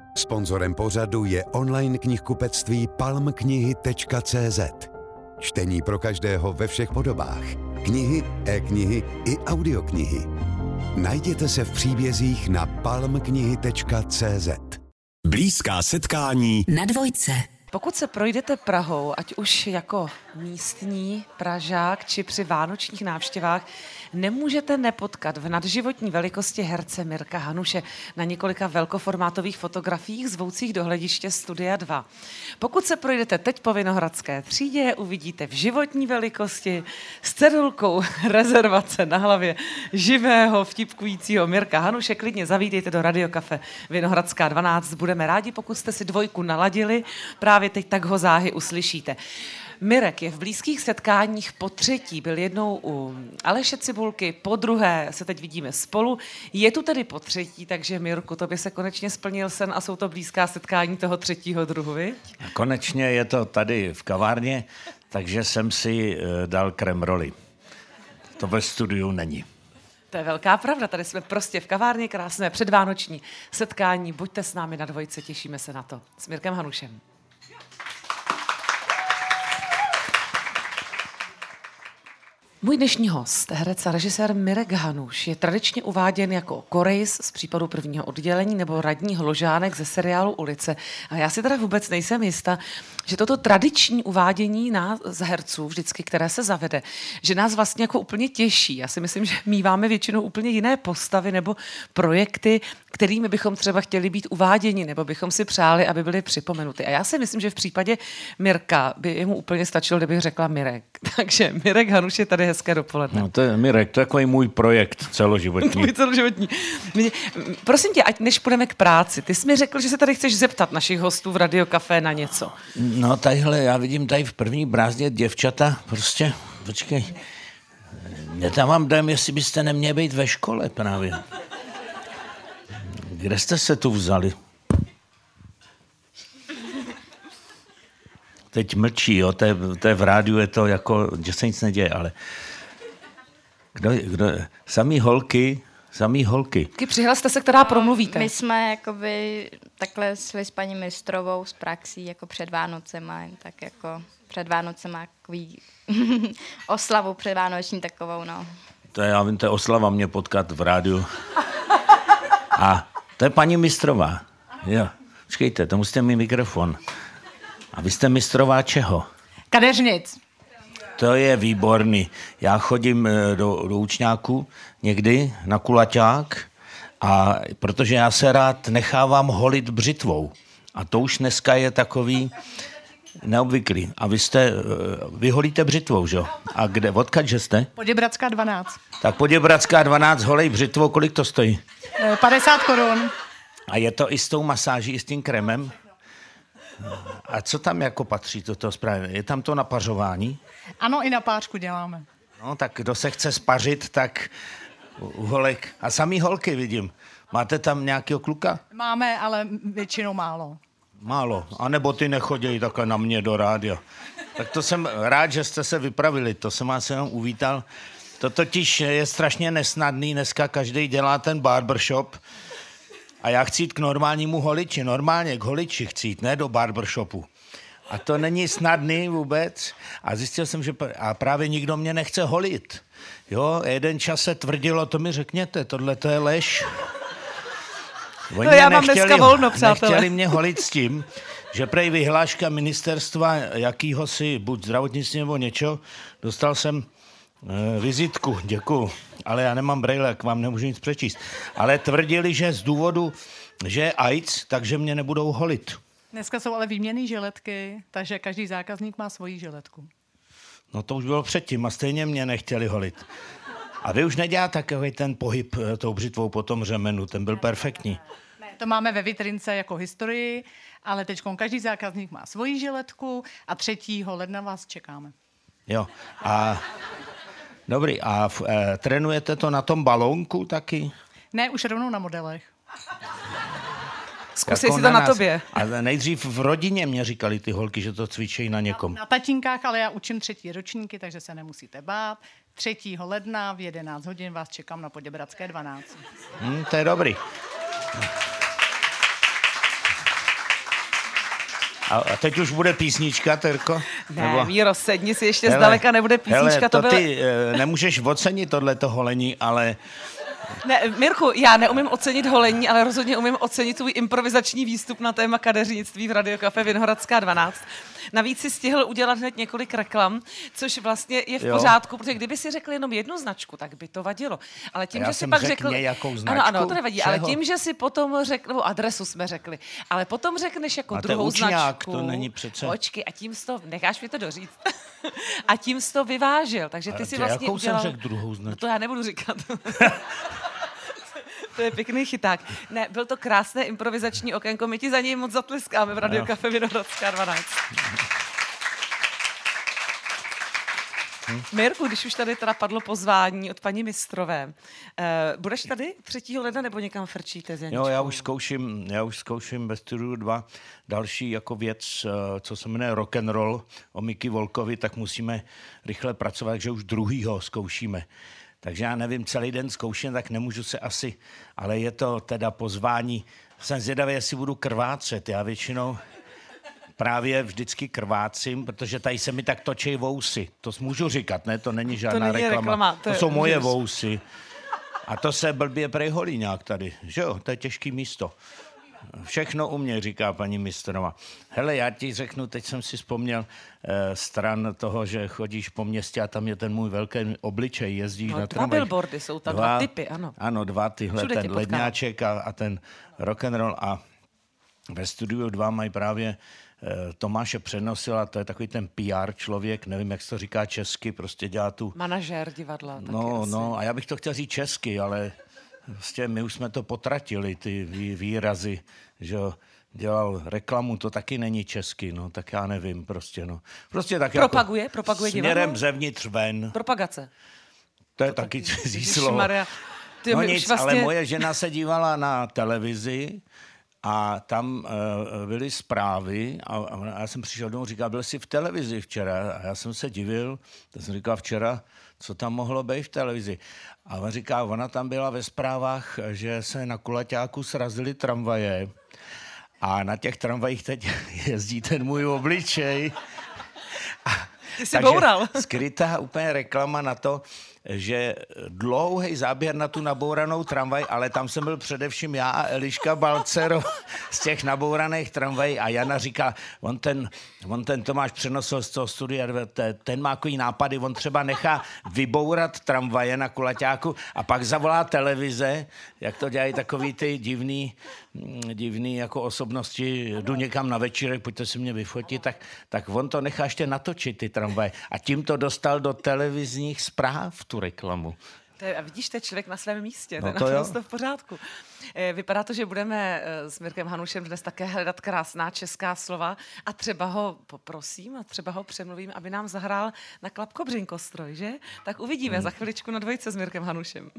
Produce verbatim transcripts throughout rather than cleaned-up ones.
Sponzorem pořadu je online knihkupectví palm knihy tečka cé zet. Čtení pro každého ve všech podobách. Knihy, e-knihy i audioknihy. Najděte se v příbězích na palm knihy tečka cé zet. Blízká setkání na dvojce. Pokud se projdete Prahou, ať už jako místní Pražák, či při vánočních návštěvách, nemůžete nepotkat v nadživotní velikosti herce Mirka Hanuše na několika velkoformátových fotografiích zvoucích do hlediště Studia dva. Pokud se projdete teď po Vinohradské třídě, uvidíte v životní velikosti s cedulkou rezervace na hlavě živého vtipkujícího Mirka Hanuše. Klidně zavítejte do Radiokafe Vinohradská dvanáct. Budeme rádi, pokud jste si dvojku naladili. Právě teď tak ho záhy uslyšíte. Mirek je v blízkých setkáních po třetí. Byl jednou u Aleše Cibulky, po druhé se teď vidíme spolu. Je tu tedy po třetí, takže Mirku, tobě se konečně splnil sen a jsou to blízká setkání toho třetího druhu, viď? Konečně je to tady v kavárně, takže jsem si dal kremroli. To ve studiu není. To je velká pravda, tady jsme prostě v kavárně, krásné předvánoční setkání. Buďte s námi na dvojce, těšíme se na to. S Mirkem Hanušem. Můj dnešní host, herec a režisér Mirek Hanuš, je tradičně uváděn jako Korejs z případu prvního oddělení nebo radní Hložánek ze seriálu Ulice. A já si teda vůbec nejsem jista, že toto tradiční uvádění nás z herců vždycky, které se zavede, že nás vlastně jako úplně těší. Já si myslím, že míváme většinou úplně jiné postavy nebo projekty, kterými bychom třeba chtěli být uváděni nebo bychom si přáli, aby byly připomenuty. A já si myslím, že v případě Mirka by jemu úplně stačilo, kdybych řekla Mirek. Takže Mirek Hanuš je tady. Hezké dopoledne. No to je, Mirek, to je takový můj projekt celoživotní. Můj celoživotní. Mě, prosím tě, ať než půjdeme k práci, ty jsi mi řekl, že se tady chceš zeptat našich hostů v Radiokafé na něco. No tadyhle, já vidím tady v první brázdě děvčata, prostě, počkej, mě tam vám dám, jestli byste neměli být ve škole právě. Kde jste se tu vzali? Teď mlčí, jo, to je, to je v rádiu, je to jako, že se nic neděje, ale kdo, kdo, samý holky, samý holky. Taky přihlaste se, která promluvíte. My jsme jakoby takhle šli s paní mistrovou z praxí jako před Vánocema, tak jako před Vánocema takový oslavu předvánoční takovou, no. To je, já vím, to je oslava mě potkat v rádiu. A to je paní mistrová, jo, počkejte, to musíte mít mikrofon. A vy jste mistrová čeho? Kadeřnic. To je výborný. Já chodím do, do učňáku někdy na kulaťák, a protože já se rád nechávám holit břitvou. A to už dneska je takový neobvyklý. A vy jste, vy holíte břitvou, že jo? A kde, odkud že jste? Poděbradská dvanáct. Tak Poděbradská dvanáct, holej břitvou, kolik to stojí? padesát korun. A je to i s tou masáží, i s tím krémem? A co tam jako patří do toho zprávy? Je tam to napařování? Ano, i na pářku děláme. No, tak kdo se chce spařit, tak u holek. A samý holky vidím. Máte tam nějakého kluka? Máme, ale většinou málo. Málo. A nebo ty nechodějí takhle na mě do rádia. Tak to jsem rád, že jste se vypravili. To jsem vás jenom uvítal. To totiž je strašně nesnadný. Dneska každý dělá ten barbershop. A já chci jít k normálnímu holiči, normálně k holiči chci jít, ne do barbershopu. A to není snadný vůbec. A zjistil jsem, že a právě nikdo mě nechce holit. Jo, jeden čas se tvrdilo, to mi řekněte, tohle to je lež. Oni no já mám dneska volno, přátelé. Nechtěli mě holit s tím, že prej vyhláška ministerstva jakýhosi, buď zdravotnictví nebo něčeho, dostal jsem e, vizitku, děkuju. Ale já nemám brejle, jak vám nemůžu nic přečíst. Ale tvrdili, že z důvodu, že je AIDS, takže mě nebudou holit. Dneska jsou ale výměnné žiletky, takže každý zákazník má svoji žiletku. No to už bylo předtím a stejně mě nechtěli holit. A vy už neděláte takový ten pohyb tou břitvou po tom řemenu, ten byl perfektní. Ne, to máme ve vitrince jako historii, ale teď každý zákazník má svoji žiletku a třetího ledna vás čekáme. Jo, a dobrý, a e, trénujete to na tom balónku taky? Ne, už rovnou na modelech. Zkusí jako si to na, na tobě. A nejdřív v rodině mě říkali ty holky, že to cvičejí na někom. Na, na tatínkách, ale já učím třetí ročníky, takže se nemusíte bát. třetího ledna v jedenáct hodin vás čekám na Poděbradské dvanáct. Hmm, to je dobrý. A, a teď už bude písnička, Terko? Ne, Nebo... Míro, sedni si, ještě hele, zdaleka nebude písnička. Hele, to, to byl... ty e, nemůžeš ocenit tohleto holení, ale... Ne, Mirku, já neumím ocenit holení, ale rozhodně umím ocenit tvůj improvizační výstup na téma kadeřnictví v Radio Café Vinohradská dvanáct. Navíc si stihl udělat hned několik reklam, což vlastně je v jo. pořádku, protože kdyby si řekl jenom jednu značku, tak by to vadilo. Ale tím, že si pak řekl... nějakou značku. Ano, ano, to nevadí, Čeho? ale tím, že si potom řekl, nebo adresu jsme řekli, ale potom řekneš jako a druhou učňák, značku. to není přece... Počkej, a tím jsi to, necháš mi to doříct, a tím jsi to vyvážil, takže ty a si ty vlastně jakou udělal... jsem řekl druhou značku? No to já nebudu říkat. To je pěkný chyták. Ne, byl to krásné improvizační okénko, my ti za něj moc zatleskáme v Radio Café Vinohradská dvanáct. Hmm. Mirku, když už tady teda padlo pozvání od paní Mistrové, uh, budeš tady třetího ledna nebo někam frčíte s Janičkou? Jo, já už zkouším, já už zkouším ve Studiu dva další jako věc, co se jmenuje rock and roll o Miky Volkovi, tak musíme rychle pracovat, takže už druhýho zkoušíme. Takže já nevím, celý den zkouším, tak nemůžu se asi, ale je to teda pozvání. Jsem zvědavý, jestli budu krvácet. Já většinou právě vždycky krvácím, protože tady se mi tak točí vousy. To můžu říkat, ne? To není žádná to není reklama. reklama. To, to jsou moje můžeš. Vousy. A to se blbě prejholí nějak tady. Že jo? To je těžký místo. Všechno u mě, říká paní Mistrová. Hele, já ti řeknu, teď jsem si vzpomněl eh, stran toho, že chodíš po městě a tam je ten můj velký obličej, jezdíš no, na dva tramvaj. billboardy, jsou tam dva, dva typy, ano. Ano, dva tyhle, Všude ten ledňáček a, a ten rock'n'roll. A ve Studiu dva mají právě eh, Tomáše Přenosila, to je takový ten P R člověk, nevím, jak se to říká česky, prostě dělá tu... Manažér divadla. Taky no, asi. no, a já bych to chtěl říct česky, ale prostě my už jsme to potratili, ty vý, výrazy, že jo. Dělal reklamu, to taky není česky, no, tak já nevím, prostě, no. Prostě tak propaguje, jako propaguje směrem divadlo? zevnitř ven. Propagace. To je to taky cizí slovo. Ty no nic, vlastně... ale moje žena se dívala na televizi a tam uh, byly zprávy a, a já jsem přišel domů, říkal, byl jsi v televizi včera a já jsem se divil, tak jsem říkal včera, co tam mohlo být v televizi. A on říká, ona tam byla ve zprávách, že se na kulaťáku srazily tramvaje a na těch tramvajích teď jezdí ten můj obličej. A, Ty jsi boural. Skrytá úplně reklama na to, že dlouhý záběr na tu nabouranou tramvaj, ale tam jsem byl především já a Eliška Balcero z těch nabouraných tramvají a Jana říká, on ten, on ten Tomáš Přenosil z toho studia, ten má takový nápady, on třeba nechá vybourat tramvaje na kulaťáku a pak zavolá televize, jak to dělají takový ty divný, divný jako osobnosti, jdu někam na večírek, pojďte si mě vyfotit, tak, tak on to nechá ještě natočit ty tramvaje a tím to dostal do televizních zpráv, tu reklamu. To je, a vidíš, to je člověk na svém místě, no to je to v pořádku. Vypadá to, že budeme s Mirkem Hanušem dnes také hledat krásná česká slova a třeba ho poprosím a třeba ho přemluvím, aby nám zahrál na klapkobřiňkostroj, že? Tak uvidíme hmm. za chviličku na dvojce s Mirkem Hanušem.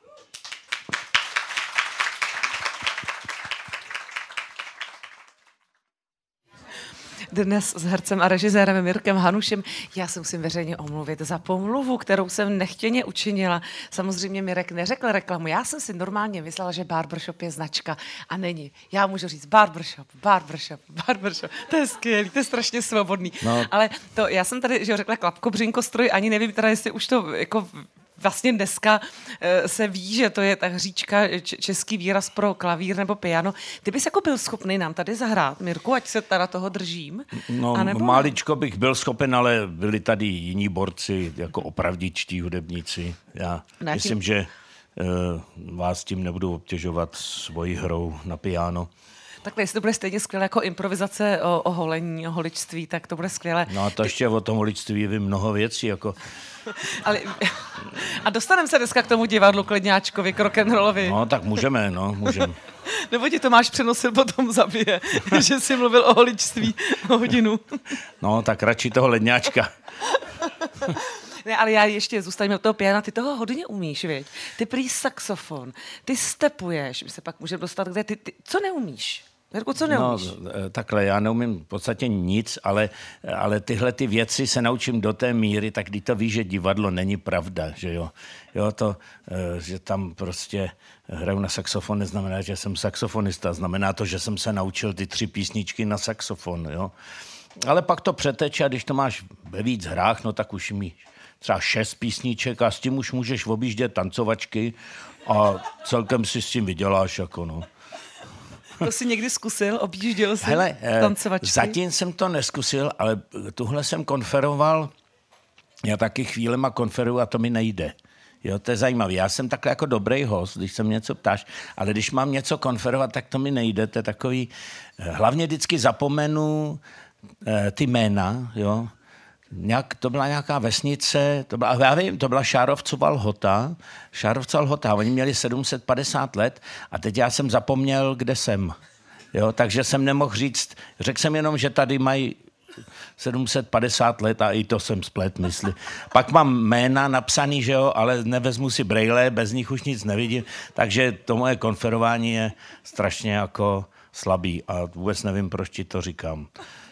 Dnes s hercem a režisérem Mirkem Hanušem. Já se musím veřejně omluvit za pomluvu, kterou jsem nechtěně učinila. Samozřejmě Mirek neřekl reklamu. Já jsem si normálně myslela, že Barbershop je značka a není. Já můžu říct Barbershop, Barbershop, Barbershop. To je skvělý, to je strašně svobodný. No. Ale to, já jsem tady, že řekla klapkobřiňkostroj, ani nevím teda, jestli už to jako vlastně dneska uh, se ví, že to je ta hříčka, č- český výraz pro klavír nebo piano. Ty bys jako byl schopný nám tady zahrát, Mirku, ať se teda toho držím? No, anebo... máličko bych byl schopen, ale byli tady jiní borci, jako opravdičtí hudebníci. Já ne, myslím, tím... že uh, vás tím nebudu obtěžovat svojí hrou na piano. Takhle, jestli to bude stejně skvělé jako improvizace o, o holení, o holičství, tak to bude skvělé. No a to ještě o tom holičství vím mnoho věcí, jako... Ale, a dostaneme se dneska k tomu divadlu Kledňáčkovi, k rock'n'rollovi. No, tak můžeme, no, můžeme. Nebo ti Tomáš Přenosil potom zabije, že jsi mluvil o holičství o hodinu. No, tak radši toho ledňáčka. Ne, ale já ještě zůstaňme od toho piana, ty toho hodně umíš, viď? Ty prý saxofon, ty stepuješ, my se pak můžeme dostat, kde ty, ty co neumíš? Mirku, co neumíš? No, takhle, já neumím v podstatě nic, ale, ale tyhle ty věci se naučím do té míry, tak když to víš, že divadlo není pravda, že jo. Jo, to, že tam prostě hraju na saxofon, neznamená, že jsem saxofonista, znamená to, že jsem se naučil ty tři písničky na saxofon, jo. Ale pak to přeteče a když to máš ve víc hrách, no tak už míš třeba šest písniček a s tím už můžeš objíždět tancovačky a celkem si s tím vyděláš, jako no. To jsi někdy zkusil? Objížděl jsi Hele, tancovačky? Zatím jsem to neskusil, ale tuhle jsem konferoval, já taky chvílema konferuju a to mi nejde. Jo, to je zajímavé. Já jsem takhle jako dobrý host, když se mě něco ptáš, ale když mám něco konferovat, tak to mi nejde. To je takový, hlavně vždycky zapomenu eh, ty jména, jo. Nějak, to byla nějaká vesnice, to byla, já vím, to byla Šárovcova Lhota, Šárovcova Lhota, oni měli sedm set padesát let a teď já jsem zapomněl, kde jsem. Jo, takže jsem nemohl říct, řekl jsem jenom, že tady mají sedm set padesát let a i to jsem splet, myslím. Pak mám jména napsaný, že jo, ale nevezmu si brejle, bez nich už nic nevidím, takže to moje konferování je strašně jako slabý a vůbec nevím, proč ti to říkám.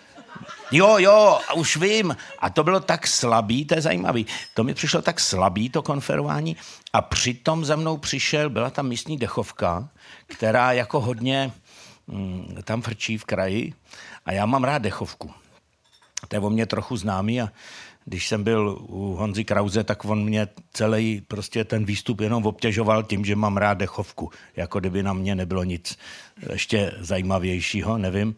Jo, jo, už vím. A to bylo tak slabý, to je zajímavý. To mi přišlo tak slabý, to konferování. A přitom za mnou přišel, byla tam místní dechovka, která jako hodně mm, tam frčí v kraji. A já mám rád dechovku. To je o mě trochu známý a když jsem byl u Honzy Krause, tak on mě celý prostě ten výstup jenom obtěžoval tím, že mám rád dechovku. Jako kdyby na mě nebylo nic ještě zajímavějšího, nevím.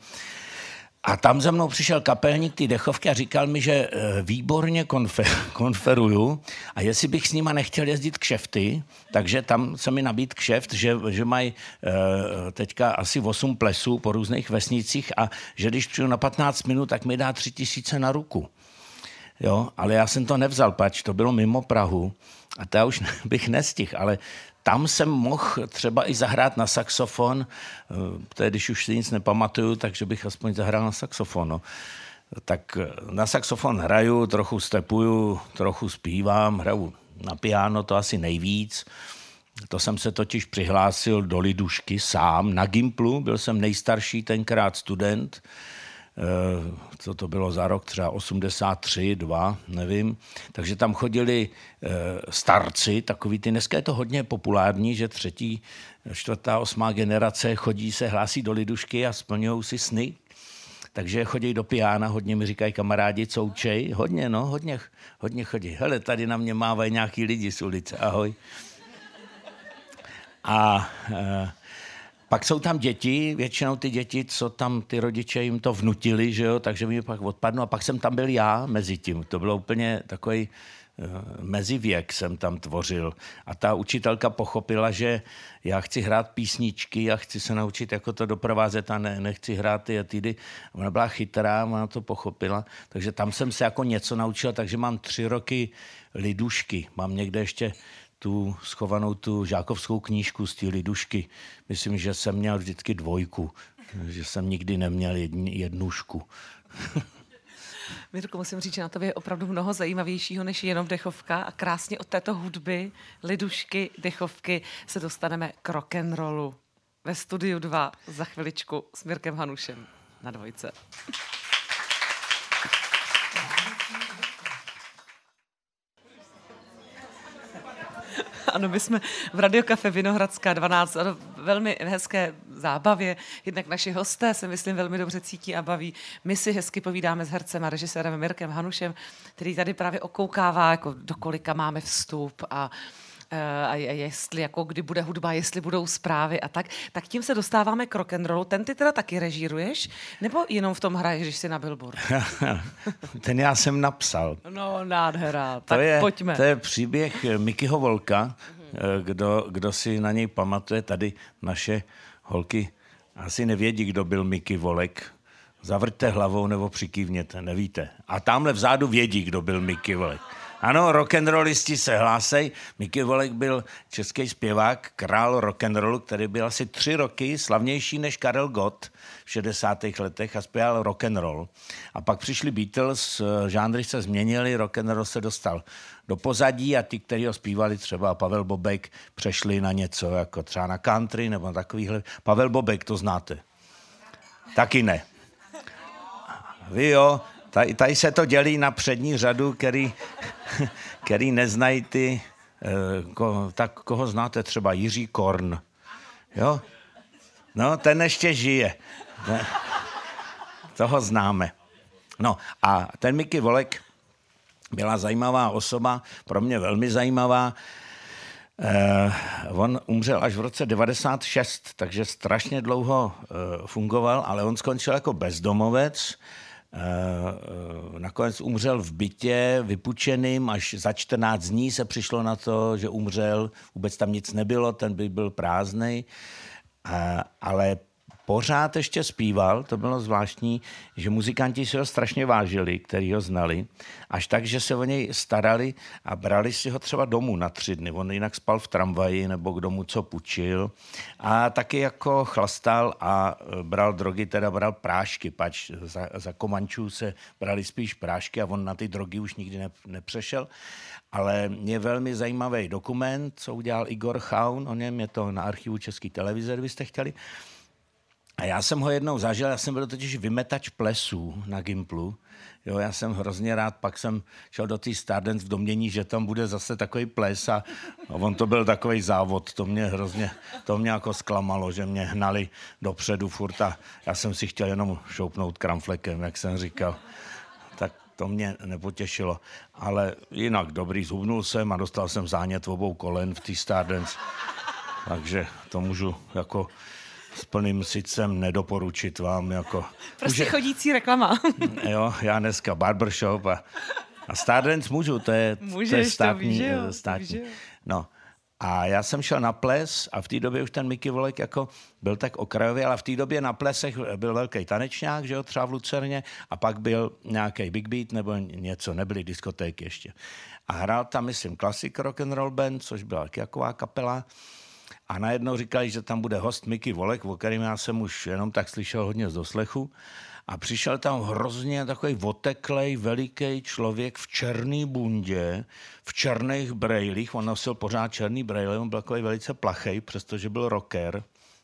A tam za mnou přišel kapelník ty dechovky a říkal mi, že výborně konfer, konferuju a jestli bych s nima nechtěl jezdit kšefty, takže tam se mi nabít kšeft, že, že mají teďka asi osm plesů po různých vesnicích a že když přijdu na patnáct minut, tak mi dá tři tisíce na ruku. Jo, ale já jsem to nevzal, pač to bylo mimo Prahu a to já už bych nestihl, ale tam jsem mohl třeba i zahrát na saxofon, to je, když už si nic nepamatuju, takže bych aspoň zahrál na saxofon. No. Tak na saxofon hraju, trochu stepuju, trochu zpívám, hraju na piano, to asi nejvíc. To jsem se totiž přihlásil do lidušky sám na Gimplu, byl jsem nejstarší tenkrát student, co to bylo za rok, třeba osmdesát tři, dva, nevím. Takže tam chodili starci, takový ty, dneska je to hodně populární, že třetí, čtvrtá, osmá generace chodí se, hlásí do lidušky a splňují si sny. Takže chodí do piána, hodně mi říkají kamarádi, coučej, hodně, no, hodně, hodně chodí. Hele, tady na mě mávají nějaký lidi z ulice, ahoj. A e, pak jsou tam děti, většinou ty děti, co tam ty rodiče jim to vnutili, že jo, takže mi pak odpadnou. A pak jsem tam byl já mezi tím. To bylo úplně takový uh, mezivěk jsem tam tvořil. A ta učitelka pochopila, že já chci hrát písničky a chci se naučit, jako to doprovázet a ne, nechci hrát ty etudy. Ona byla chytrá, ona to pochopila. Takže tam jsem se jako něco naučil, takže mám tři roky lidušky. Mám někde ještě tu schovanou tu žákovskou knížku z té lidušky. Myslím, že jsem měl vždycky dvojku, že jsem nikdy neměl jedni, jednušku. Mirko, musím říct, že na tobě je opravdu mnoho zajímavějšího než jenom dechovka a krásně od této hudby, lidušky, dechovky se dostaneme k rock'n'rollu. Ve studiu dva za chviličku s Mirkem Hanušem na dvojce. Ano, my jsme v Radiokafe Vinohradská dvanáct, ano, velmi hezké zábavě. Jednak naši hosté se, myslím, velmi dobře cítí a baví. My si hezky povídáme s hercem a režisérem Mirkem Hanušem, který tady právě okoukává, jako do kolika máme vstup a a jestli, jako kdy bude hudba, jestli budou zprávy a tak, tak tím se dostáváme k rock'n'rollu. Ten ty teda taky režíruješ? Nebo jenom v tom hraješ, když jsi na billboard? Ten já jsem napsal. No, nádhera. To tak je, pojďme. To je příběh Mikyho Volka. Mm-hmm. Kdo, kdo si na něj pamatuje, tady naše holky asi nevědí, kdo byl Miky Volek. Zavrťte hlavou nebo přikývněte, nevíte. A tamhle vzadu vědí, kdo byl Miky Volek. Ano, rock'n'rollisti se hlásej. Miky Volek byl český zpěvák, král rock'n'rollu, který byl asi tři roky slavnější než Karel Gott v šedesátých letech a zpěval rock'n'roll. A pak přišli Beatles, žánry se změnily, rock'n'roll se dostal do pozadí a ty, kteří ho zpívali, třeba Pavel Bobek, přešli na něco jako třeba na country nebo na takovýhle. Pavel Bobek, to znáte. Taky ne. Vy jo, tady, tady se to dělí na přední řadu, který, který neznají ty, ko, tak koho znáte, třeba Jiří Korn. Jo? No, ten ještě žije. Ten, toho známe. No a ten Mickey Volek byla zajímavá osoba, pro mě velmi zajímavá. Eh, on umřel až v roce devadesát šest, takže strašně dlouho eh, fungoval, ale on skončil jako bezdomovec. Eh, nakonec umřel v bytě vypučeným, až za čtrnáct dní se přišlo na to, že umřel. Vůbec tam nic nebylo, ten byt byl prázdnej, eh, ale pořád ještě zpíval, to bylo zvláštní, že muzikanti si ho strašně vážili, který ho znali, až tak, že se o něj starali a brali si ho třeba domů na tři dny. On jinak spal v tramvaji nebo k domu, co půjčil. A taky jako chlastal a bral drogy, teda bral prášky, pač za, za Komančů se brali spíš prášky a on na ty drogy už nikdy ne, nepřešel. Ale je velmi zajímavý dokument, co udělal Igor Chaun, o něm je to na archivu České televize, kdybyste chtěli. A já jsem ho jednou zažil, já jsem byl totiž vymetač plesů na Gimplu. Jo, já jsem hrozně rád, pak jsem šel do té Stardance v domění, že tam bude zase takový ples a on to byl takový závod, to mě hrozně, to mě jako zklamalo, že mě hnali dopředu furt a já jsem si chtěl jenom šoupnout kramflekem, jak jsem říkal. Tak to mě nepotěšilo, ale jinak dobrý, zhubnul jsem a dostal jsem zánět v obou kolen v té Stardance, takže to můžu jako s plným sycem nedoporučit vám. Jako, prostě může, chodící reklama. Jo, já dneska barbershop a, a Stardance můžu, to je, Můžeš, to je státní. to víš, jo, státní. to víš, jo. No. A já jsem šel na ples a v té době už ten Mickey Volek jako byl tak okrajový, ale v té době na plesech byl velký tanečňák, že jo, třeba v Lucerně, a pak byl nějaký big beat nebo něco, nebyly diskotéky ještě. A hrál tam, myslím, Classic Rock and Roll Band, což byla taková kapela. A najednou říkali, že tam bude host Mickey Volek, o kterém já jsem už jenom tak slyšel hodně z doslechu. A přišel tam hrozně takový oteklej, veliký člověk v černý bundě, v černých brejlích. On nosil pořád černý brejle, on byl takový velice plachej, přestože byl rocker.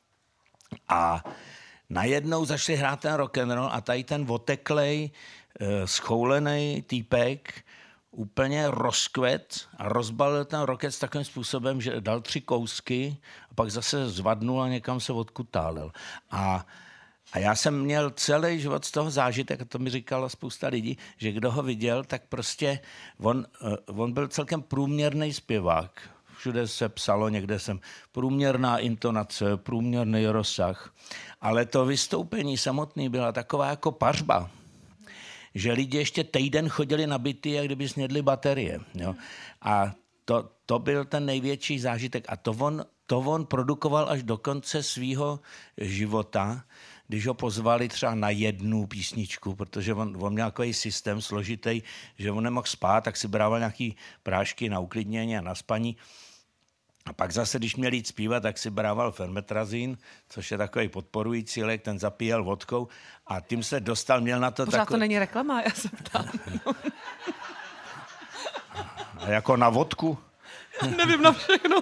A najednou začali hrát ten rock'n'roll a tady ten oteklej, schoulený týpek úplně rozkvet a rozbalil ten roket takovým způsobem, že dal tři kousky a pak zase zvadnul a někam se odkutálil. A, a já jsem měl celý život z toho zážitek, a to mi říkala spousta lidí, že kdo ho viděl, tak prostě on, on byl celkem průměrný zpěvák. Všude se psalo, někde jsem průměrná intonace, průměrný rozsah. Ale to vystoupení samotné byla taková jako pařba, že lidi ještě týden chodili na byty, jak kdyby snědli baterie. Jo? A to, to byl ten největší zážitek. A to on, to on produkoval až do konce svýho života, když ho pozvali třeba na jednu písničku, protože on, on měl takový systém složitý, že on nemohl spát, tak si brával nějaký prášky na uklidnění a na spaní. A pak zase, když měl jít zpívat, tak si brával fermetrazín, což je takový podporující lék, ten zapíjel vodkou a tím se dostal, měl na to Pořád takový... to není reklama, já se ptám. A jako na vodku? Nevím na všechno.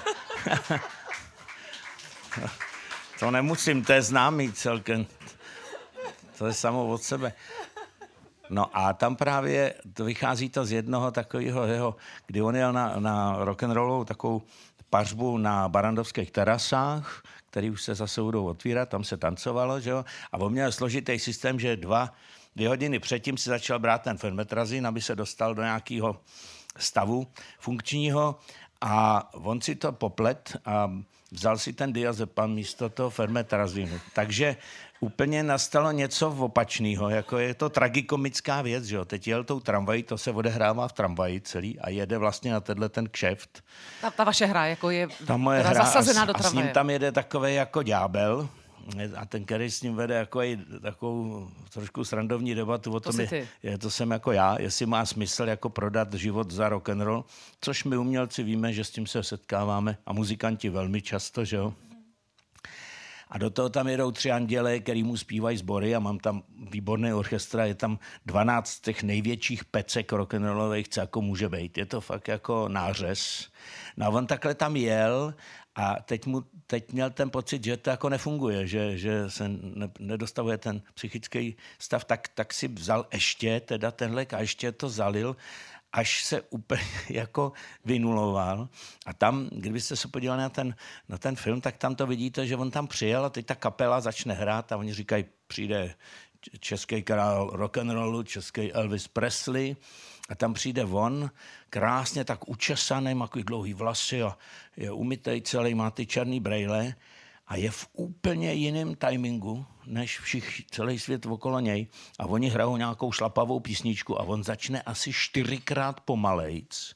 To nemusím, to je známý celkem. To je samo od sebe. No a tam právě to vychází to z jednoho takového jeho, kdy on jel na, na rock'n'rollovou takovou pařbu na Barandovských terasách, který už se zase budou otvírat, tam se tancovalo, že jo? A on měl složitý systém, že dva, dvě hodiny předtím si začal brát ten fermetrazín, aby se dostal do nějakého stavu funkčního a on si to poplet a vzal si ten diazepam místo toho fermetrazínu. Takže úplně nastalo něco opačného, jako je to tragikomická věc, že jo. Teď jel tou tramvají, to se odehrává v tramvaji celý a jede vlastně na tenhle ten kšeft. Ta, ta vaše hra jako je ta moje hra zasazená a, do a s tramvaje. ním tam jede takovej jako ďábel a ten, který s ním vede jako takovou trošku srandovní debatu o To tom, je, je, to jsem jako já, jestli má smysl jako prodat život za rock'n'roll, což my umělci víme, že s tím se setkáváme a muzikanti velmi často, že jo. A do toho tam jedou tři anděle, který mu zpívají sbory a mám tam výborný orchestra, je tam dvanáct těch největších pecek rock'n'rollových, co jako může být. Je to fakt jako nářez. No a on takhle tam jel A teď, mu, teď měl ten pocit, že to jako nefunguje, že, že se ne, nedostavuje ten psychický stav, tak, tak si vzal ještě teda ten lék a ještě to zalil, až se úplně jako vynuloval. A tam, kdybyste se podívali na ten, na ten film, tak tam to vidíte, že on tam přijel a teď ta kapela začne hrát a oni říkají, přijde český král rock'n'rollu, český Elvis Presley a tam přijde on, krásně tak učesaný, má takový dlouhý vlasy a je umytej celý, má ty černý brejle a je v úplně jiném timingu, než všich, celý svět okolo něj. A oni hrajou nějakou šlapavou písničku a on začne asi čtyřikrát pomalejc.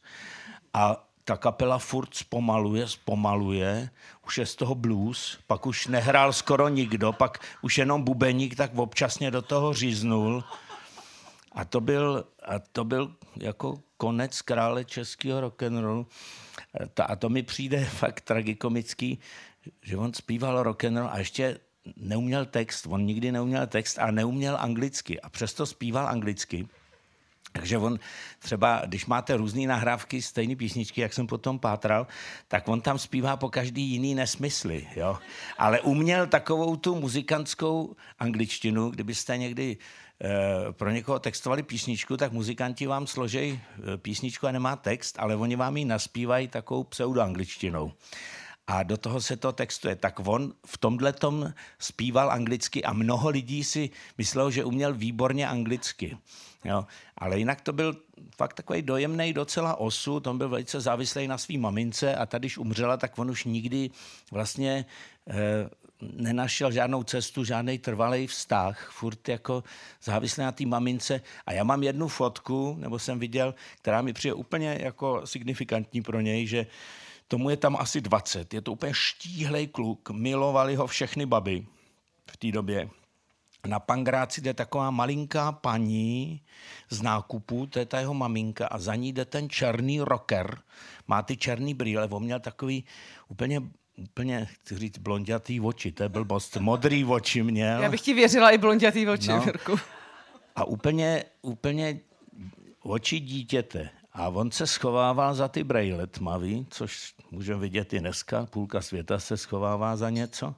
A ta kapela furt zpomaluje, zpomaluje, už je z toho blues, pak už nehrál skoro nikdo, pak už jenom bubeník tak občasně do toho říznul. A to byl, a to byl jako konec krále českého rock'n'rollu. A to mi přijde fakt tragikomický, že on zpíval rock'n'roll a ještě neuměl text. On nikdy neuměl text a neuměl anglicky. A přesto zpíval anglicky. Takže on třeba, když máte různý nahrávky, stejné písničky, jak jsem potom pátral, tak on tam zpívá po každý jiný nesmysly, jo. Ale uměl takovou tu muzikantskou angličtinu, kdybyste někdy e, pro někoho textovali písničku, tak muzikanti vám složejí písničku a nemá text, ale oni vám ji naspívají takovou pseudoangličtinou. A do toho se to textuje. Tak on v tomhletom zpíval anglicky a mnoho lidí si myslelo, že uměl výborně anglicky. Jo. Ale jinak to byl fakt takový dojemný docela osud. On byl velice závislý na svý mamince a tady, když umřela, tak on už nikdy vlastně eh, nenašel žádnou cestu, žádný trvalý vztah. Furt jako závislý na té mamince. A já mám jednu fotku, nebo jsem viděl, která mi přijde úplně jako signifikantní pro něj, že tomu je tam asi dvacet. Je to úplně štíhlej kluk. Milovali ho všechny baby v té době. Na Pangráci jde taková malinká paní z nákupu, to je ta jeho maminka, a za ní jde ten černý rocker. Má ty černý brýle, on měl takový úplně, úplně, chci říct, blondětý oči, to je blbost, modrý oči měl. Já bych ti věřila i blondětý oči, no. Mirku. A úplně, úplně oči dítěte. A on se schovával za ty brejle tmavý, což můžeme vidět i dneska, půlka světa se schovává za něco.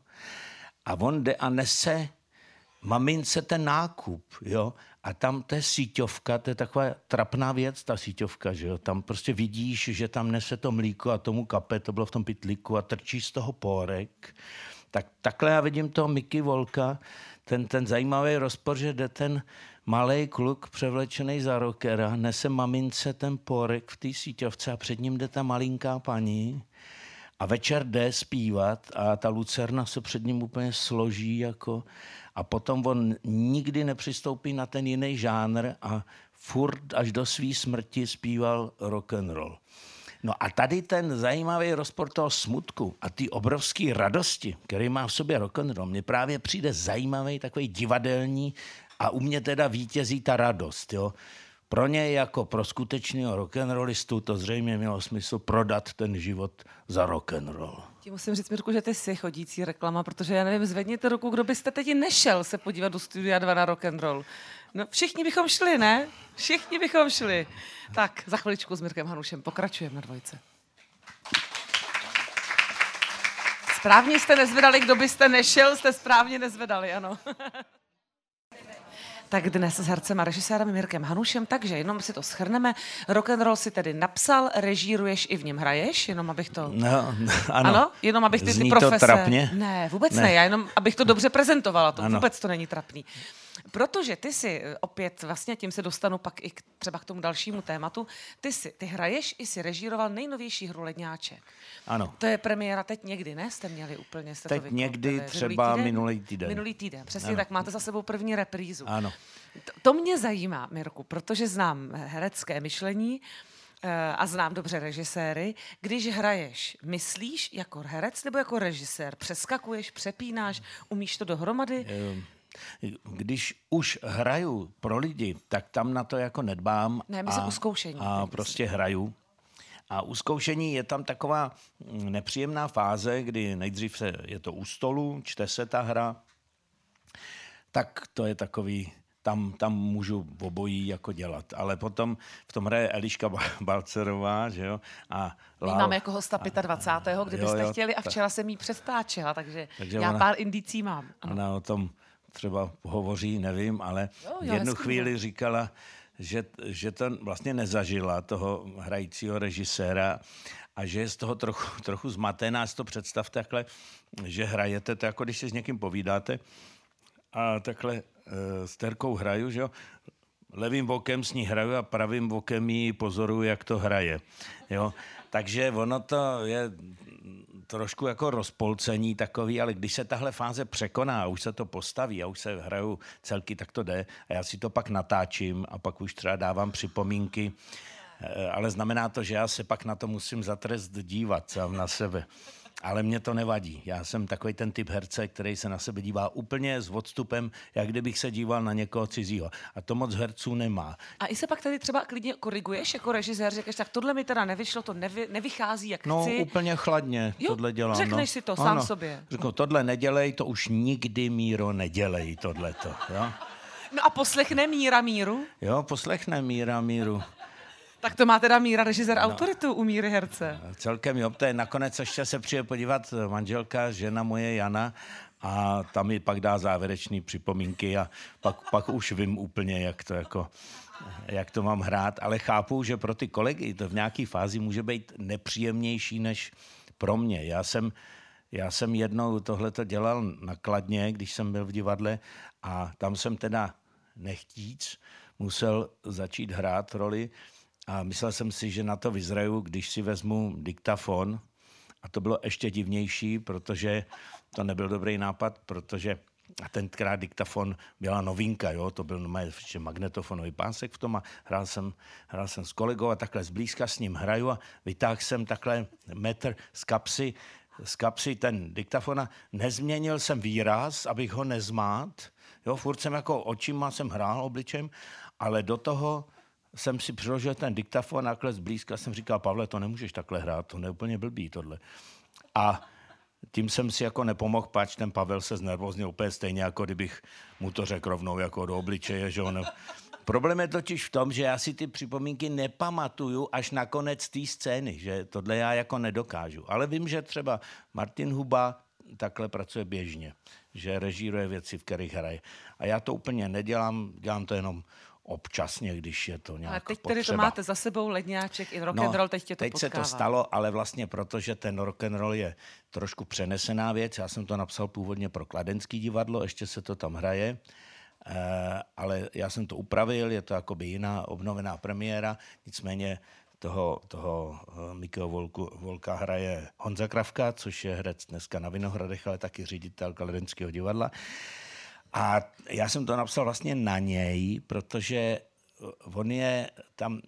A on jde a nese mamince ten nákup, jo. A tam to je síťovka, to je taková trapná věc, ta síťovka, že jo. Tam prostě vidíš, že tam nese to mlíko a tomu kape, to bylo v tom pytlíku a trčí z toho pórek. Tak takhle já vidím toho Mickey Volka, ten, ten zajímavý rozpor, že jde ten malej kluk převlečený za rockera, nese mamince ten pórek v té síťovce a před ním jde ta malinká paní a večer jde zpívat a ta lucerna se před ním úplně složí jako a potom on nikdy nepřistoupí na ten jiný žánr a furt až do své smrti zpíval rock'n'roll. No a tady ten zajímavý rozpor toho smutku a ty obrovské radosti, který má v sobě rock'n'roll, mně právě přijde zajímavý, takový divadelní a u mě teda vítězí ta radost. Jo. Pro něj jako pro skutečného rock'n'rollistu to zřejmě mělo smysl prodat ten život za rock'n'roll. Ti musím říct, Mirku, že ty jsi chodící reklama, protože já nevím, zvedněte ruku, kdo byste teď nešel se podívat do Studia dva na rock'n'roll. No všichni bychom šli, ne? Všichni bychom šli. Tak, za chviličku s Mirkem Hanušem pokračujeme na dvojce. Správně jste nezvedali, kdo byste nešel, jste správně nezvedali, ano. Tak dnes s hercem a režisérem Mirkem Hanušem, takže jenom si to shrneme. Rock'n'roll si tedy napsal, režíruješ i v něm hraješ, jenom abych to... No, ano. Ano, jenom abych ty, ty Zní profese... to trapně? Ne, vůbec ne. ne, já jenom abych to dobře prezentovala, to ano. vůbec to není trapný. Protože ty si opět, vlastně tím se dostanu pak i k, třeba k tomu dalšímu tématu, ty si, ty hraješ i si režíroval nejnovější hru Ledňáček. Ano. To je premiéra teď někdy, ne? Jste měli úplně, jste teď to někdy třeba minulý týden. Minulý týden, přesně ano. Tak máte za sebou první reprízu. Ano. To, to mě zajímá, Mirku, protože znám herecké myšlení a znám dobře režiséry. Když hraješ, myslíš jako herec nebo jako režisér? Přeskakuješ, přepínáš, umíš to dohromady? Když už hraju pro lidi, tak tam na to jako nedbám. Ne, myslím u zkoušení. A prostě hraju. A u zkoušení je tam taková nepříjemná fáze, kdy nejdřív se, je to u stolu, čte se ta hra, tak to je takový tam, tam můžu obojí jako dělat. Ale potom v tom hraje Eliška Balcerová, že jo, a My máme jako hosta dvacátého pátého kdybyste jo, jo, chtěli, a ta- včera jsem jí předtáčela, takže, Takže já ona- pár indicí mám. Ano. Ona o tom třeba hovoří, nevím, ale Jo, jo, v jednu hezký chvíli bylo. říkala, že, že to vlastně nezažila, toho hrajícího režiséra, a že je z toho trochu, trochu zmatená. Si to představ takhle, že hrajete, to jako když si s někým povídáte, a takhle e, s Terkou hraju, že jo, levým okem s ní hraju a pravým okem jí pozoruju, jak to hraje. Jo? Takže ono to je trošku jako rozpolcení takový, ale když se tahle fáze překoná a už se to postaví a už se hrajou celky, tak to jde. A já si to pak natáčím a pak už třeba dávám připomínky, e, ale znamená to, že já se pak na to musím za trest dívat sám na sebe. Ale mě to nevadí. Já jsem takový ten typ herce, který se na sebe dívá úplně s odstupem, jak kdybych se díval na někoho cizího. A to moc herců nemá. A i se pak tady třeba klidně koriguješ jako režisér, řekneš, tak tohle mi teda nevyšlo, to nevy, nevychází, jak No chci. úplně chladně Jo, tohle dělám. řekneš no. si to sám sobě. Řeknu, tohle nedělej, to už nikdy, Míro, nedělej tohleto. Jo, No a poslechne Míra Míru? jo poslechne Míra Míru. Tak to má teda Míra režisér autoritu u Míry herce. Celkem jo, to je nakonec ještě se přijde podívat manželka, žena moje Jana, a tam mi pak dá závěrečné připomínky a pak, pak už vím úplně, jak to, jako, jak to mám hrát, ale chápu, že pro ty kolegy to v nějaké fázi může být nepříjemnější než pro mě. Já jsem, já jsem jednou tohleto dělal na Kladně, když jsem byl v divadle, a tam jsem teda nechtíc musel začít hrát roli. A myslel jsem si, že na to vyzraju, když si vezmu diktafon. A to bylo ještě divnější, protože to nebyl dobrý nápad, protože a tenkrát diktafon byla novinka, jo? To byl normálně ještě magnetofonový pásek v tom a hrál jsem, hrál jsem s kolegou a takhle zblízka s ním hraju a vytáhl jsem takhle metr z kapsy, z kapsy ten diktafon a nezměnil jsem výraz, abych ho nezmát. Jo? Furt jsem jako očima jsem hrál obličem, ale do toho jsem si přiložil ten diktafon a takhle zblízka jsem říkal, Pavle, to nemůžeš takhle hrát, to je úplně blbý tohle. A tím jsem si jako nepomohl, pač ten Pavel se znervoznil úplně stejně, jako kdybych mu to řekl rovnou jako do obličeje, že on... Problém je totiž v tom, že já si ty připomínky nepamatuju až na konec té scény, že tohle já jako nedokážu. Ale vím, že třeba Martin Huba takhle pracuje běžně, že režíruje věci, v kterých hraje. A já to úplně nedělám, dělám to jenom občasně, když je to nějak Ale teď potřeba. tedy to máte za sebou, ledňáček, i rock'n'roll, No, teď tě to teď potkává. se to stalo, ale vlastně proto, že ten rock'n'roll je trošku přenesená věc. Já jsem to napsal původně pro Kladenský divadlo, ještě se to tam hraje, e, ale já jsem to upravil, je to jakoby jiná obnovená premiéra, nicméně toho, toho Mikyho Volku, Volka hraje Honza Kravka, což je herec dneska na Vinohradech, ale taky ředitel Kladenského divadla. A já jsem to napsal vlastně na něj, protože on je tam,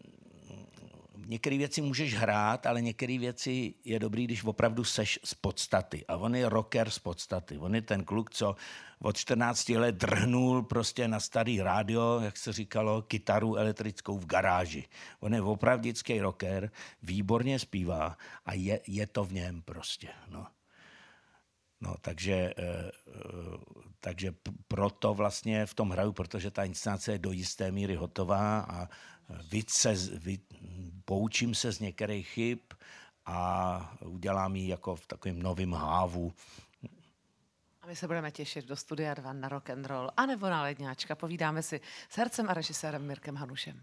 některé věci můžeš hrát, ale některé věci je dobrý, když opravdu seš z podstaty. A on je rocker z podstaty. On je ten kluk, co od čtrnácti let drhnul prostě na starý rádio, jak se říkalo, kytaru elektrickou v garáži. On je opravdický rocker, výborně zpívá a je, je to v něm prostě, no. No, takže, takže proto vlastně v tom hraju, protože ta inscenace je do jisté míry hotová a víc se, víc, poučím se z některých chyb a udělám ji jako v takovém novém hávu. A my se budeme těšit do Studia dva na rock and roll, anebo na ledňáčka. Povídáme si s hercem a režisérem Mirkem Hanušem.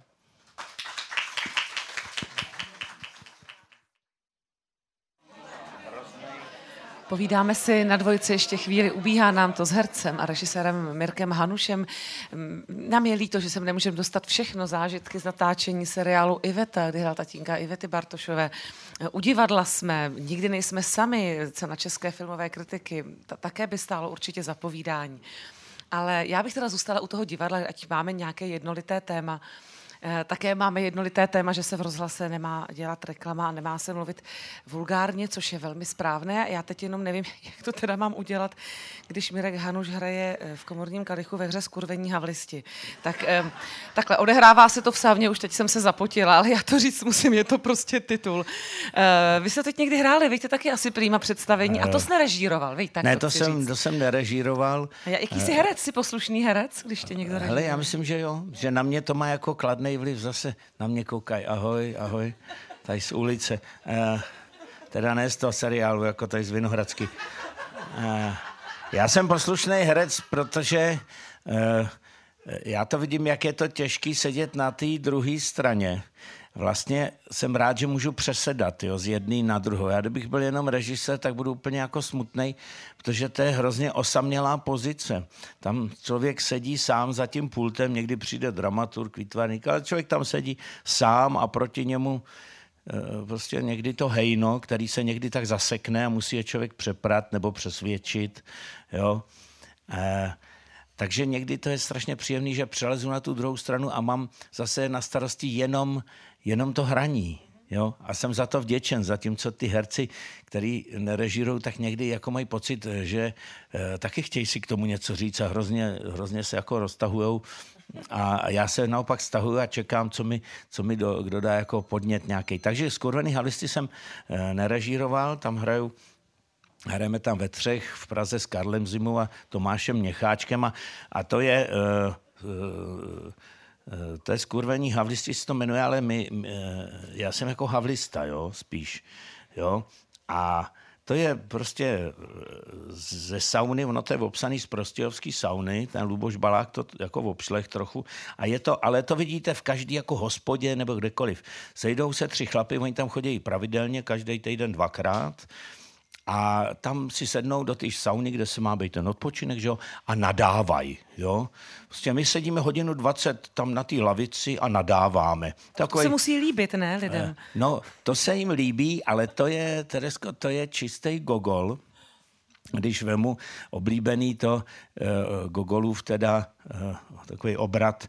Povídáme si na dvojce ještě chvíli, ubíhá nám to s hercem a režisérem Mirkem Hanušem. Nám je líto, že sem nemůžeme dostat všechno zážitky z natáčení seriálu Iveta, kdy hrál tatínka Ivety Bartošové. U divadla jsme, nikdy nejsme sami, cena české filmové kritiky, ta také by stálo určitě za povídání. Ale já bych teda zůstala u toho divadla, ať máme nějaké jednolité téma. Také máme jednolité téma, že se v rozhlase nemá dělat reklama a nemá se mluvit vulgárně, což je velmi správné. Já teď jenom nevím, jak to teda mám udělat, když Mirek Hanuš hraje v Komorním kalichu ve hře Skurvení havlisti. Tak takhle, odehrává se to v sauně, už teď jsem se zapotila, ale já to říct musím, je to prostě titul. Vy jste teď někdy hráli, víte, taky asi prýma představení a to jsi nerežíroval, víte? Ne, to, to jsem, to jsem nerežíroval. A jaký jsi herec, jsi poslušný herec, když tě někdo režíruje? Hele, já myslím, že jo, že na mě to má jako kladný vliv, zase na mě koukají, ahoj, ahoj, tady z ulice, uh, teda ne z toho seriálu, jako tady z Vinohradský. Uh, já jsem poslušný herec, protože uh, já to vidím, jak je to těžký sedět na té druhé straně. Vlastně jsem rád, že můžu přesedat, jo, z jedné na druhou. Já kdybych byl jenom režisér, tak budu úplně jako smutnej, protože to je hrozně osamělá pozice. Tam člověk sedí sám za tím pultem, někdy přijde dramaturg, výtvarník, ale člověk tam sedí sám a proti němu e, prostě někdy to hejno, který se někdy tak zasekne a musí je člověk přeprat nebo přesvědčit, jo. E, takže někdy to je strašně příjemný, že přelezu na tu druhou stranu a mám zase na starosti jenom jenom to hraní, jo, a jsem za to vděčen, zatímco ty herci, který nerežírujou, tak někdy jako mají pocit, že e, taky chtějí si k tomu něco říct a hrozně, hrozně se jako roztahujou a já se naopak stahuju a čekám, co mi, co mi do, kdo dá jako podnět nějaký. Takže Skurvený havlisty jsem e, nerežíroval, tam hraju Hrajeme tam ve třech v Praze s Karlem Zimou a Tomášem Měcháčkem a, a to je... Uh, uh, To je Skurvení havlisti, se to jmenuje, ale my, my, já jsem jako havlista, jo, spíš, jo. A to je prostě ze sauny, ono to je obsaný z prostějovský sauny, ten Luboš Balák to jako obšlech trochu. A je to, ale to vidíte v každý jako hospodě nebo kdekoliv. Sejdou se tři chlapy, oni tam chodí pravidelně, každý týden dvakrát. A tam si sednou do té sauny, kde se má být ten odpočinek, že jo, a nadávají, jo. Prostě my sedíme hodinu dvacet tam na té lavici a nadáváme. Takový... To se musí líbit, ne, lidem? No, to se jim líbí, ale to je, Teresko, to je čistý gogol. Když vemu oblíbený to uh, Gogolův teda uh, takový obrat,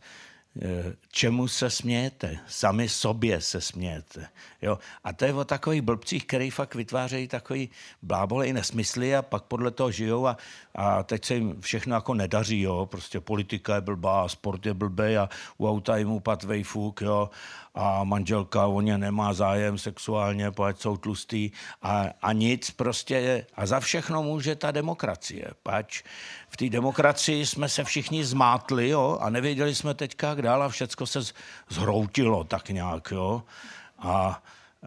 čemu se smějete? Sami sobě se smějete. Jo? A to je o takových blbcích, který fakt vytvářejí takový blábolej nesmysly a pak podle toho žijou a, a teď se jim všechno jako nedaří. Jo? Prostě politika je blbá, sport je blbej a u auta jim upadvej fuk, jo? A manželka o ně nemá zájem sexuálně, pojď jsou tlustý a, a nic prostě. A za všechno může ta demokracie. Pač v té demokracii jsme se všichni zmátli, jo, a nevěděli jsme teďka, jak dál a všecko se zhroutilo tak nějak, jo. A,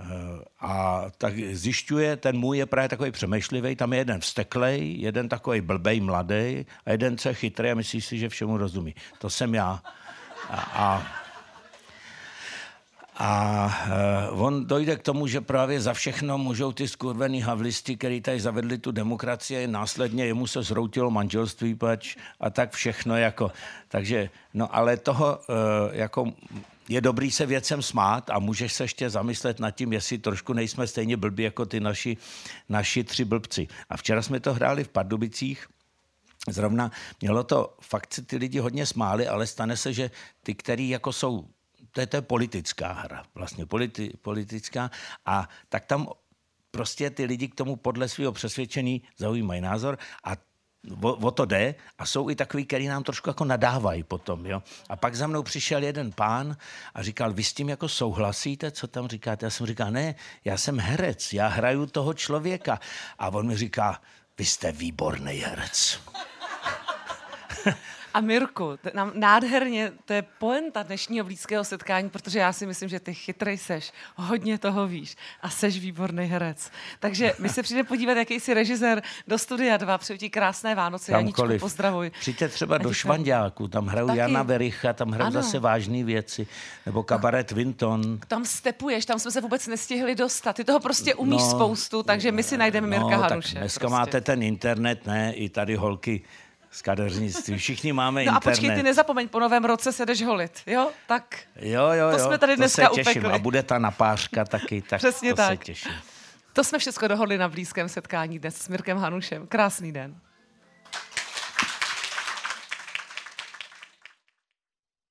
a tak zjišťuje, ten můj je právě takový přemýšlivý, tam je jeden vzteklej, jeden takový blbej mladý a jeden, co je chytrý a myslí si, že všemu rozumí. To jsem já. A, a A uh, on dojde k tomu, že právě za všechno můžou ty skurvený havlisti, který tady zavedli tu demokracii, následně jemu se zhroutilo manželství pač a tak všechno jako. Takže, no ale toho uh, jako je dobrý se věcem smát a můžeš se ještě zamyslet nad tím, jestli trošku nejsme stejně blbí jako ty naši, naši tři blbci. A včera jsme to hráli v Pardubicích. Zrovna mělo to, fakt se ty lidi hodně smáli, ale stane se, že ty, který jako jsou To je, to je politická hra, vlastně politi, politická a tak tam prostě ty lidi k tomu podle svého přesvědčení zaujímají názor a o, o to jde a jsou i takový, který nám trošku jako nadávají potom, jo. A pak za mnou přišel jeden pán a říkal, vy s tím jako souhlasíte, co tam říkáte? Já jsem říkal, ne, já jsem herec, já hraju toho člověka. A on mi říká, vy jste výborný herec. A Mirku, nám nádherně, to je poenta dnešního blízkého setkání, protože já si myslím, že ty chytrej seš, hodně toho víš a seš výborný herec. Takže my se přijdeme podívat, jaký jsi režisér do Studia dva, přeju ti krásné Vánoce, Janičku, pozdravuj. Přijďte třeba do Švanďáku, tam hrajou Taky. Jana Vericha, tam hrajou zase vážné věci, nebo Kabaret Vinton. Tam stepuješ, tam jsme se vůbec nestihli dostat, ty toho prostě umíš no, spoustu, takže my si najdeme no, Mirka Hanuše. Dneska prostě. Máte ten internet, ne, i tady holky z kadeřnictví. Všichni máme no internet. No a počkej, ty nezapomeň, po novém roce se jdeš holit, jo? Tak jo, jo, to jo, jsme tady to dneska se těším. upekli. A bude ta napářka taky, tak Přesně to tak. se těším. To jsme všechno dohodli na blízkém setkání dnes s Mirkem Hanušem. Krásný den.